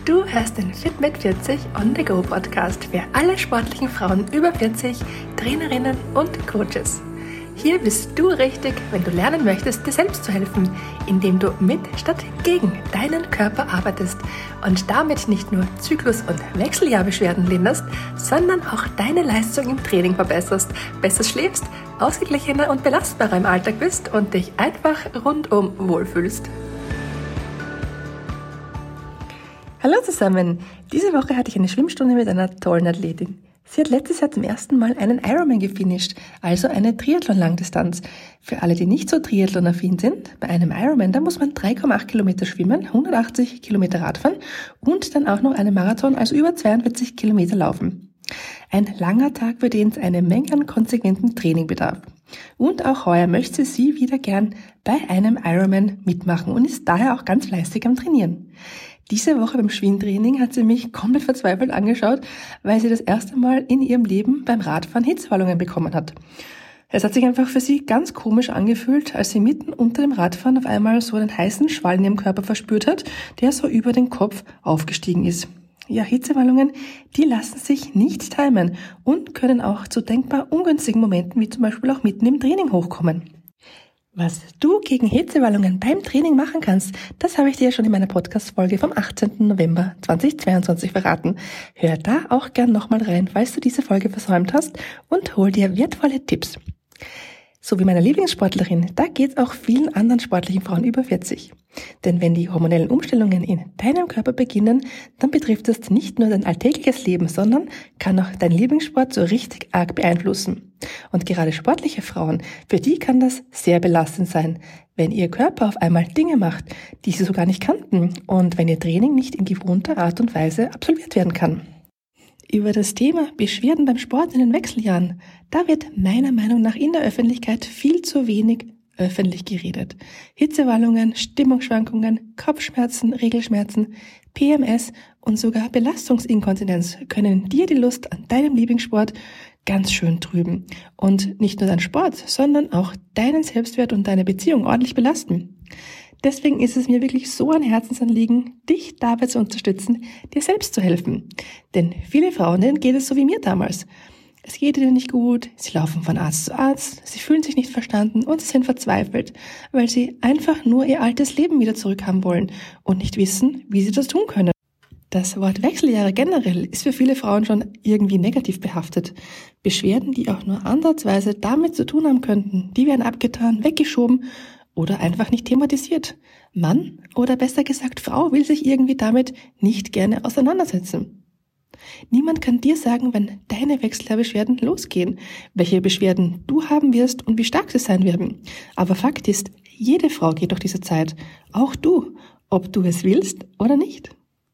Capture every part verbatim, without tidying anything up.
Du hörst den Fit mit vierzig On The Go Podcast für alle sportlichen Frauen über vierzig, Trainerinnen und Coaches. Hier bist du richtig, wenn du lernen möchtest, dir selbst zu helfen, indem du mit statt gegen deinen Körper arbeitest und damit nicht nur Zyklus- und Wechseljahrbeschwerden linderst, sondern auch deine Leistung im Training verbesserst, besser schläfst, ausgeglichener und belastbarer im Alltag bist und dich einfach rundum wohlfühlst. Hallo zusammen! Diese Woche hatte ich eine Schwimmstunde mit einer tollen Athletin. Sie hat letztes Jahr zum ersten Mal einen Ironman gefinisht, also eine Triathlon-Langdistanz. Für alle, die nicht so triathlon-affin sind, bei einem Ironman, da muss man drei Komma acht Kilometer schwimmen, hundertachtzig Kilometer Radfahren und dann auch noch einen Marathon, also über zweiundvierzig Kilometer laufen. Ein langer Tag, für den es eine Menge an konsequentem Training bedarf. Und auch heuer möchte sie wieder gern bei einem Ironman mitmachen und ist daher auch ganz fleißig am Trainieren. Diese Woche beim Schwimmtraining hat sie mich komplett verzweifelt angeschaut, weil sie das erste Mal in ihrem Leben beim Radfahren Hitzewallungen bekommen hat. Es hat sich einfach für sie ganz komisch angefühlt, als sie mitten unter dem Radfahren auf einmal so einen heißen Schwall in ihrem Körper verspürt hat, der so über den Kopf aufgestiegen ist. Ja, Hitzewallungen, die lassen sich nicht timen und können auch zu denkbar ungünstigen Momenten, wie zum Beispiel auch mitten im Training, hochkommen. Was du gegen Hitzewallungen beim Training machen kannst, das habe ich dir ja schon in meiner Podcast-Folge vom achtzehnten November zweitausendzweiundzwanzig verraten. Hör da auch gern nochmal rein, falls du diese Folge versäumt hast, und hol dir wertvolle Tipps. So wie meiner Lieblingssportlerin, da geht's auch vielen anderen sportlichen Frauen über vierzig. Denn wenn die hormonellen Umstellungen in deinem Körper beginnen, dann betrifft das nicht nur dein alltägliches Leben, sondern kann auch dein Lieblingssport so richtig arg beeinflussen. Und gerade sportliche Frauen, für die kann das sehr belastend sein, wenn ihr Körper auf einmal Dinge macht, die sie so gar nicht kannten, und wenn ihr Training nicht in gewohnter Art und Weise absolviert werden kann. Über das Thema Beschwerden beim Sport in den Wechseljahren, da wird meiner Meinung nach in der Öffentlichkeit viel zu wenig öffentlich geredet. Hitzewallungen, Stimmungsschwankungen, Kopfschmerzen, Regelschmerzen, P M S und sogar Belastungsinkontinenz können dir die Lust an deinem Lieblingssport ganz schön trüben und nicht nur deinen Sport, sondern auch deinen Selbstwert und deine Beziehung ordentlich belasten. Deswegen ist es mir wirklich so ein Herzensanliegen, dich dabei zu unterstützen, dir selbst zu helfen. Denn viele Frauen, denen geht es so wie mir damals. Es geht ihnen nicht gut, sie laufen von Arzt zu Arzt, sie fühlen sich nicht verstanden und sie sind verzweifelt, weil sie einfach nur ihr altes Leben wieder zurückhaben wollen und nicht wissen, wie sie das tun können. Das Wort Wechseljahre generell ist für viele Frauen schon irgendwie negativ behaftet. Beschwerden, die auch nur ansatzweise damit zu tun haben könnten, die werden abgetan, weggeschoben oder einfach nicht thematisiert. Mann oder besser gesagt Frau will sich irgendwie damit nicht gerne auseinandersetzen. Niemand kann dir sagen, wenn deine Wechseljahrbeschwerden losgehen, welche Beschwerden du haben wirst und wie stark sie sein werden. Aber Fakt ist, jede Frau geht durch diese Zeit, auch du, ob du es willst oder nicht.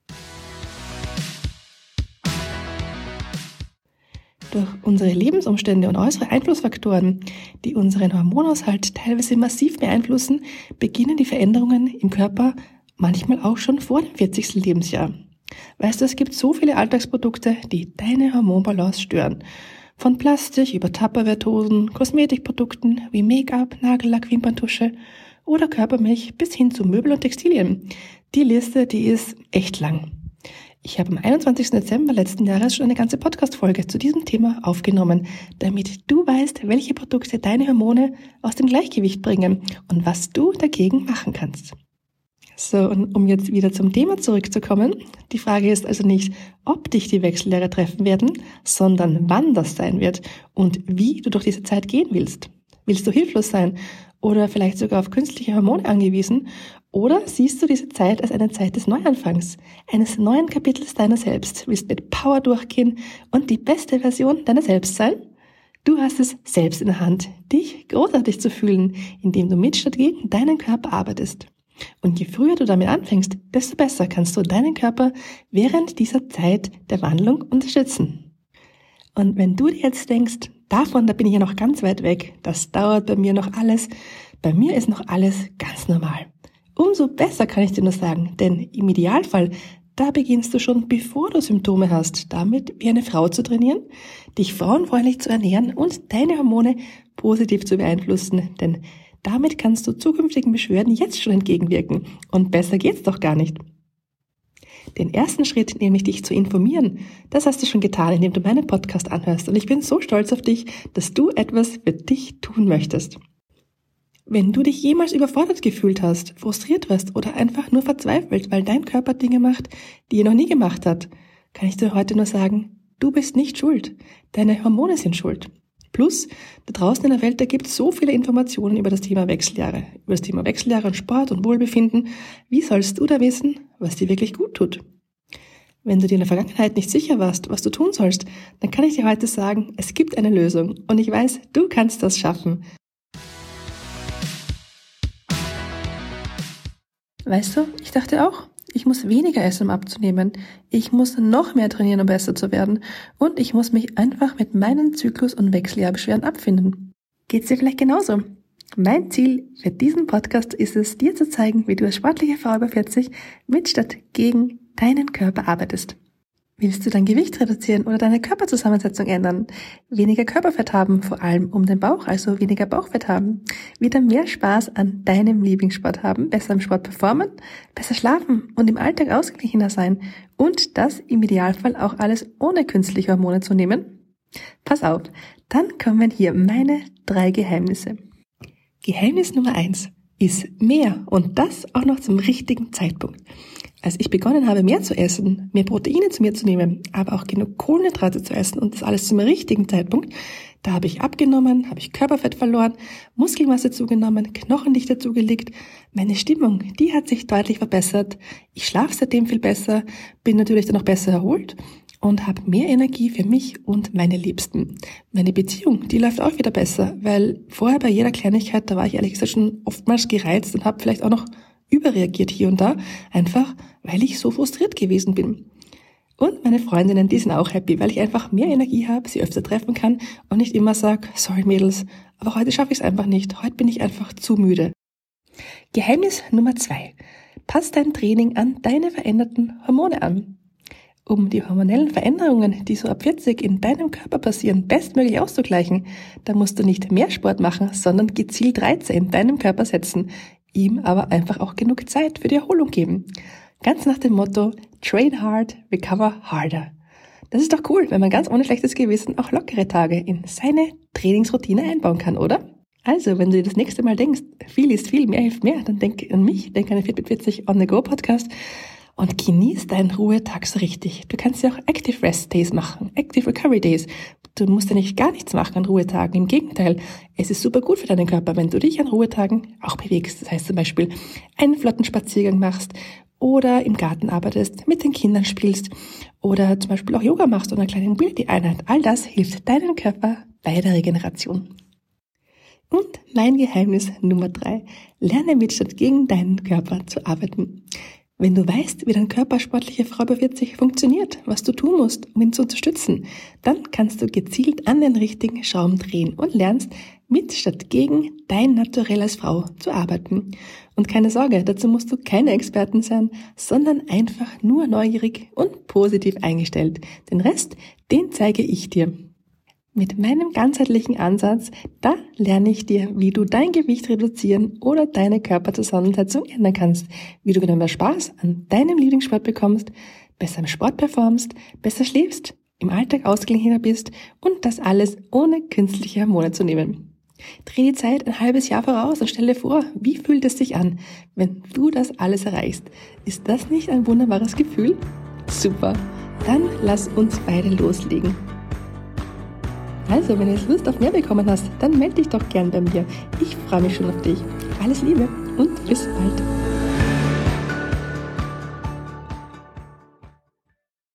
Durch unsere Lebensumstände und äußere Einflussfaktoren, die unseren Hormonhaushalt teilweise massiv beeinflussen, beginnen die Veränderungen im Körper manchmal auch schon vor dem vierzigsten Lebensjahr. Weißt du, es gibt so viele Alltagsprodukte, die deine Hormonbalance stören. Von Plastik über Tupperware-Dosen, Kosmetikprodukten wie Make-up, Nagellack, Wimperntusche oder Körpermilch bis hin zu Möbel und Textilien. Die Liste, die ist echt lang. Ich habe am einundzwanzigsten Dezember letzten Jahres schon eine ganze Podcast-Folge zu diesem Thema aufgenommen, damit du weißt, welche Produkte deine Hormone aus dem Gleichgewicht bringen und was du dagegen machen kannst. So, und um jetzt wieder zum Thema zurückzukommen, die Frage ist also nicht, ob dich die Wechseljahre treffen werden, sondern wann das sein wird und wie du durch diese Zeit gehen willst. Willst du hilflos sein oder vielleicht sogar auf künstliche Hormone angewiesen? Oder siehst du diese Zeit als eine Zeit des Neuanfangs, eines neuen Kapitels deiner selbst, willst mit Power durchgehen und die beste Version deiner selbst sein? Du hast es selbst in der Hand, dich großartig zu fühlen, indem du mit statt gegen deinen Körper arbeitest. Und je früher du damit anfängst, desto besser kannst du deinen Körper während dieser Zeit der Wandlung unterstützen. Und wenn du dir jetzt denkst, davon, da bin ich ja noch ganz weit weg, das dauert bei mir noch alles, bei mir ist noch alles ganz normal. Umso besser kann ich dir nur sagen, denn im Idealfall, da beginnst du schon, bevor du Symptome hast, damit wie eine Frau zu trainieren, dich frauenfreundlich zu ernähren und deine Hormone positiv zu beeinflussen, denn damit kannst du zukünftigen Beschwerden jetzt schon entgegenwirken und besser geht's doch gar nicht. Den ersten Schritt, nämlich dich zu informieren, das hast du schon getan, indem du meinen Podcast anhörst. Und ich bin so stolz auf dich, dass du etwas für dich tun möchtest. Wenn du dich jemals überfordert gefühlt hast, frustriert warst oder einfach nur verzweifelt, weil dein Körper Dinge macht, die er noch nie gemacht hat, kann ich dir heute nur sagen, du bist nicht schuld. Deine Hormone sind schuld. Plus, da draußen in der Welt, da gibt es so viele Informationen über das Thema Wechseljahre, über das Thema Wechseljahre und Sport und Wohlbefinden. Wie sollst du da wissen, was dir wirklich gut tut? Wenn du dir in der Vergangenheit nicht sicher warst, was du tun sollst, dann kann ich dir heute sagen, es gibt eine Lösung und ich weiß, du kannst das schaffen. Weißt du, ich dachte auch, ich muss weniger essen, um abzunehmen. Ich muss noch mehr trainieren, um besser zu werden. Und ich muss mich einfach mit meinen Zyklus- und Wechseljahrbeschwerden abfinden. Geht's dir vielleicht genauso? Mein Ziel für diesen Podcast ist es, dir zu zeigen, wie du als sportliche Frau über vierzig mit statt gegen deinen Körper arbeitest. Willst du dein Gewicht reduzieren oder deine Körperzusammensetzung ändern? Weniger Körperfett haben, vor allem um den Bauch, also weniger Bauchfett haben. Wieder mehr Spaß an deinem Lieblingssport haben, besser im Sport performen, besser schlafen und im Alltag ausgeglichener sein. Und das im Idealfall auch alles ohne künstliche Hormone zu nehmen? Pass auf, dann kommen hier meine drei Geheimnisse. Geheimnis Nummer eins ist mehr und das auch noch zum richtigen Zeitpunkt. Als ich begonnen habe, mehr zu essen, mehr Proteine zu mir zu nehmen, aber auch genug Kohlenhydrate zu essen und das alles zum richtigen Zeitpunkt, da habe ich abgenommen, habe ich Körperfett verloren, Muskelmasse zugenommen, Knochendichte zugelegt. Meine Stimmung, die hat sich deutlich verbessert. Ich schlafe seitdem viel besser, bin natürlich dann auch besser erholt und habe mehr Energie für mich und meine Liebsten. Meine Beziehung, die läuft auch wieder besser, weil vorher bei jeder Kleinigkeit, da war ich ehrlich gesagt schon oftmals gereizt und habe vielleicht auch noch überreagiert hier und da, einfach weil ich so frustriert gewesen bin. Und meine Freundinnen, die sind auch happy, weil ich einfach mehr Energie habe, sie öfter treffen kann und nicht immer sage, sorry Mädels, aber heute schaffe ich es einfach nicht, heute bin ich einfach zu müde. Geheimnis Nummer zwei. Pass dein Training an deine veränderten Hormone an. Um die hormonellen Veränderungen, die so ab vierzig in deinem Körper passieren, bestmöglich auszugleichen, da musst du nicht mehr Sport machen, sondern gezielt Reize in deinem Körper setzen, ihm aber einfach auch genug Zeit für die Erholung geben. Ganz nach dem Motto, train hard, recover harder. Das ist doch cool, wenn man ganz ohne schlechtes Gewissen auch lockere Tage in seine Trainingsroutine einbauen kann, oder? Also, wenn du dir das nächste Mal denkst, viel ist viel, mehr hilft mehr, dann denk an mich, denk an den Fitbit vierzig On The Go Podcast und genieß deinen Ruhetag so richtig. Du kannst ja auch Active Rest Days machen, Active Recovery Days. Du musst ja nicht gar nichts machen an Ruhetagen. Im Gegenteil, es ist super gut für deinen Körper, wenn du dich an Ruhetagen auch bewegst. Das heißt zum Beispiel einen flotten Spaziergang machst oder im Garten arbeitest, mit den Kindern spielst oder zum Beispiel auch Yoga machst oder eine kleine Mobility-Einheit. All das hilft deinem Körper bei der Regeneration. Und mein Geheimnis Nummer drei. Lerne mit statt gegen deinen Körper zu arbeiten. Wenn du weißt, wie dein Körper sportliche Frau über vierzig funktioniert, was du tun musst, um ihn zu unterstützen, dann kannst du gezielt an den richtigen Schrauben drehen und lernst, mit statt gegen dein Naturell als Frau zu arbeiten. Und keine Sorge, dazu musst du keine Expertin sein, sondern einfach nur neugierig und positiv eingestellt. Den Rest, den zeige ich dir. Mit meinem ganzheitlichen Ansatz, da lerne ich dir, wie du dein Gewicht reduzieren oder deine Körperzusammensetzung ändern kannst, wie du wieder mehr Spaß an deinem Lieblingssport bekommst, besser im Sport performst, besser schläfst, im Alltag ausgeglichener bist und das alles ohne künstliche Hormone zu nehmen. Dreh die Zeit ein halbes Jahr voraus und stell dir vor, wie fühlt es sich an, wenn du das alles erreichst? Ist das nicht ein wunderbares Gefühl? Super, dann lass uns beide loslegen. Also, wenn du jetzt Lust auf mehr bekommen hast, dann melde dich doch gern bei mir. Ich freue mich schon auf dich. Alles Liebe und bis bald.